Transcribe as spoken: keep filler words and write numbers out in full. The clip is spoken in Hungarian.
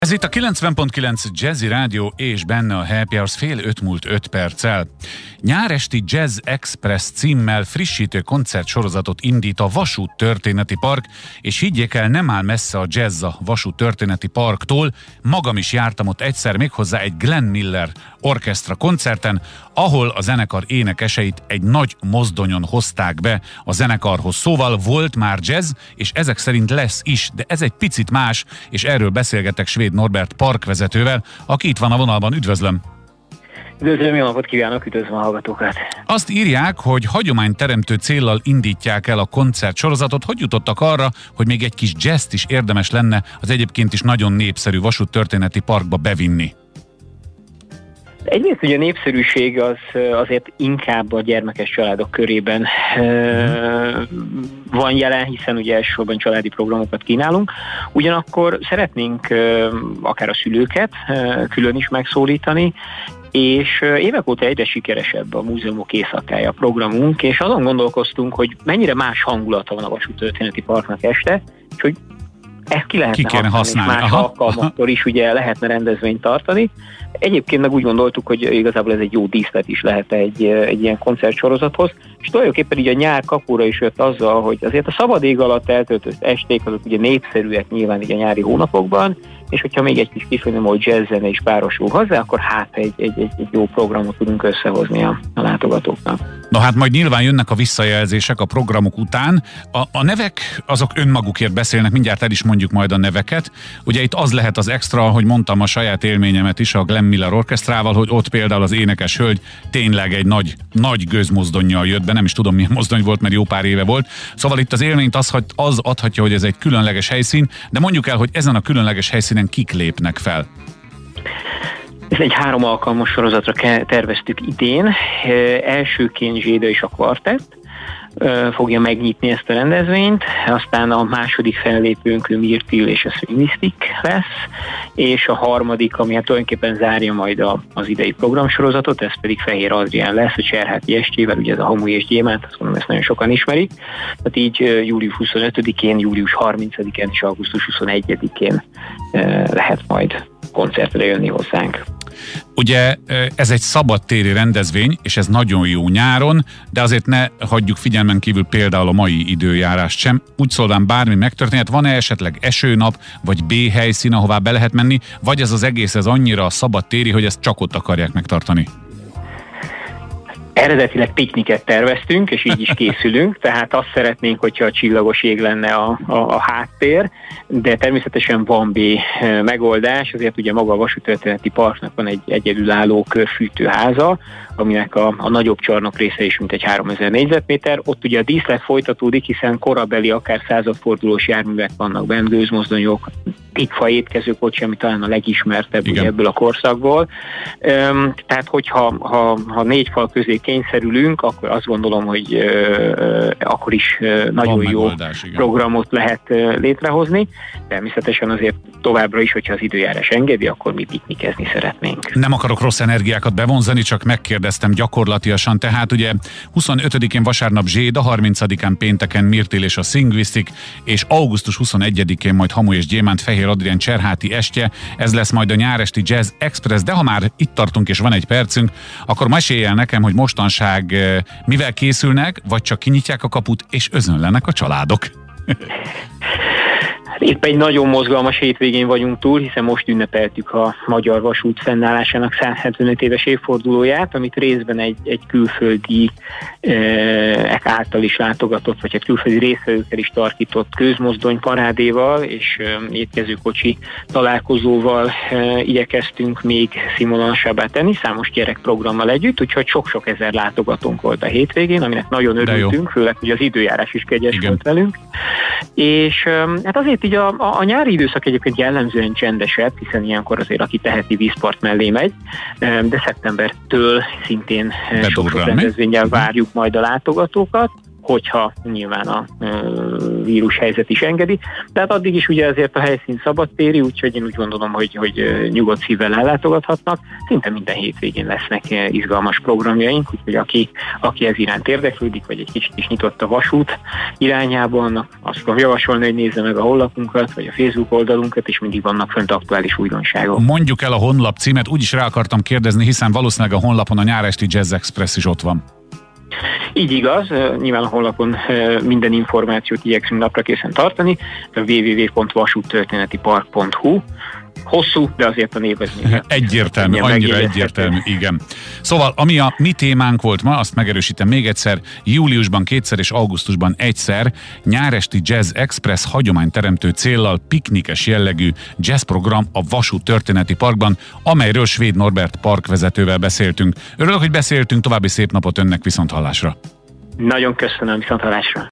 Ez itt a kilencven pont kilenc Jazzy Rádió, és benne a Happy Hours fél öt múlt öt perccel. Nyáresti Jazz Express címmel frissítő koncertsorozatot indít a Vasút Történeti Park, és higgyék el, nem áll messze a jazz a Vasút Történeti Parktól. Magam is jártam ott egyszer, méghozzá egy Glenn Miller orkesztra koncerten, ahol a zenekar énekeseit egy nagy mozdonyon hozták be a zenekarhoz. Szóval volt már jazz, és ezek szerint lesz is, de ez egy picit más, és erről beszélgetek Svéd Norbert parkvezetővel, aki itt van a vonalban. Üdvözlöm! Üdvözlöm, jó napot kívánok, üdvözlöm a hallgatókat! Azt írják, hogy hagyományteremtő céllal indítják el a koncertsorozatot. Hogy jutottak arra, hogy még egy kis jazzt is érdemes lenne az egyébként is nagyon népszerű Vasút Történeti Parkba bevinni? Egyrészt ugye a népszerűség az azért inkább a gyermekes családok körében mm. van jelen, hiszen ugye elsősorban családi programokat kínálunk. Ugyanakkor szeretnénk akár a szülőket külön is megszólítani, és évek óta egyre sikeresebb a Múzeumok Éjszakája a programunk, és azon gondolkoztunk, hogy mennyire más hangulata van a Vasút Történeti Parknak este, és hogy ezt ki lehetne ki használni, használni. Más alkalmakkor is ugye lehetne rendezvényt tartani. Egyébként meg úgy gondoltuk, hogy igazából ez egy jó díszlet is lehet egy, egy ilyen koncertsorozathoz, és tulajdonképpen így a nyár kapura is jött azzal, hogy azért a szabad ég alatt eltöltött esték azok ugye népszerűek nyilván így a nyári hónapokban, és hogyha még egy kis kifejezem, hogy jazz-zene is párosul hozzá, akkor hát egy, egy, egy, egy jó programot tudunk összehozni a, a látogatóknak. Na hát majd nyilván jönnek a visszajelzések a programok után. A, a nevek azok önmagukért beszélnek, mindjárt el is mondjuk majd a neveket. Ugye itt az lehet az extra, hogy mondtam a saját élményemet is a Glenn Miller orkesztrával, hogy ott például az énekes hölgy tényleg egy nagy, nagy gőzmozdonnyal jött be, nem is tudom milyen mozdony volt, mert jó pár éve volt. Szóval itt az élményt az, az adhatja, hogy ez egy különleges helyszín, de mondjuk el, hogy ezen a különleges helyszínen kik lépnek fel. Ez egy három alkalmas sorozatra terveztük idén. Elsőként Zséda és a kvartett fogja megnyitni ezt a rendezvényt, aztán a második fellépőnk Myrtil és a Swingistic lesz, és a harmadik, ami hát tulajdonképpen zárja majd a, az idei programsorozatot, ez pedig Fehér Adrián lesz, a Cserháti estjével, ugye ez a Hamu és Gyémánt, azt mondom, ezt nagyon sokan ismerik. Tehát így július huszonötödikén, július harmincadikán és augusztus huszonegyedikén lehet majd koncertre jönni hozzánk. Ugye ez egy szabadtéri rendezvény, és ez nagyon jó nyáron, de azért ne hagyjuk figyelmen kívül például a mai időjárást sem. Úgy szólván bármi megtörténhet, van-e esetleg esőnap, vagy B helyszín, ahová be lehet menni, vagy ez az egész ez annyira szabadtéri, hogy ezt csak ott akarják megtartani? Eredetileg pikniket terveztünk, és így is készülünk, tehát azt szeretnénk, hogyha a csillagos ég lenne a, a, a háttér, de természetesen van B megoldás, azért ugye maga a Vasút Történeti Parknak van egy egyedülálló körfűtőháza, aminek a, a nagyobb csarnok része is mint egy háromezer négyzetméter. Ott ugye a díszlet folytatódik, hiszen korabeli, akár századfordulós járművek vannak bent, gőzmozdonyok, tikfa étkezőkocsi, ami talán a legismertebb ugye ebből a korszakból. Üm, tehát, hogyha ha, ha négy fal közé kényszerülünk, akkor azt gondolom, hogy ö, akkor is ö, nagyon jó programot lehet ö, létrehozni. Természetesen azért továbbra is, hogyha az időjárás engedi, akkor mi piknikezni szeretnénk. Nem akarok rossz energiákat bevonzani, csak megkérdeztem gyakorlatiasan. Tehát ugye huszonötödikén vasárnap Zséda, harmincadikán pénteken Myrtil és a Swingistic, és augusztus huszonegyedikén majd Hamu és Gyémánt Fehér Adrián Cserháti estje. Ez lesz majd a nyáresti Jazz Express, de ha már itt tartunk és van egy percünk, akkor mesélj el nekem, hogy mostanság mivel készülnek, vagy csak kinyitják a kaput és özönlenek a családok. Épp egy nagyon mozgalmas hétvégén vagyunk túl, hiszen most ünnepeltük a Magyar Vasút fennállásának száz hetvenöt éves évfordulóját, amit részben egy, egy külföldi eh, által is látogatott, vagy egy külföldi résztvevőkkel is tartított közmozdony parádéval és eh, étkezőkocsi találkozóval eh, igyekeztünk még színvonalasabbá tenni, számos gyerekprogrammal együtt, úgyhogy sok-sok ezer látogatónk volt a hétvégén, aminek nagyon örültünk, főleg, hogy az időjárás is kegyes Igen. volt velünk. És eh, hát azért így a, a, a nyári időszak egyébként jellemzően csendesebb, hiszen ilyenkor azért aki teheti vízpart mellé megy, de szeptembertől szintén sok-sok rendezvénnyel várjuk majd a látogatókat. hogyha nyilván a vírus helyzet is engedi. Tehát addig is ugye ezért a helyszín szabadtéri, úgyhogy én úgy gondolom, hogy, hogy nyugodt szívvel ellátogathatnak. Szinte minden hétvégén lesznek izgalmas programjaink, úgyhogy aki, aki ez iránt érdeklődik, vagy egy kicsit is nyitott a vasút irányában, azt tudom javasolni, hogy nézze meg a honlapunkat, vagy a Facebook oldalunkat, és mindig vannak fönt aktuális újdonságok. Mondjuk el a honlap címet, úgyis rá akartam kérdezni, hiszen valószínűleg a honlapon a nyáresti Jazz Express is ott van. Így igaz, nyilván a honlapon minden információt igyekszünk napra készen tartani, double-u double-u double-u pont vasúttörténeti park pont hu. Hosszú, de azért a névvezmény. Egyértelmű, annyira egyértelmű, igen. Szóval, ami a mi témánk volt ma, azt megerősítem még egyszer, júliusban kétszer és augusztusban egyszer nyáresti Jazz Express hagyományteremtő céllal piknikes jellegű jazzprogram a Vasút Történeti Parkban, amelyről Svéd Norbert parkvezetővel beszéltünk. Örülök, hogy beszéltünk, további szép napot önnek, viszonthallásra. Nagyon köszönöm, viszonthallásra.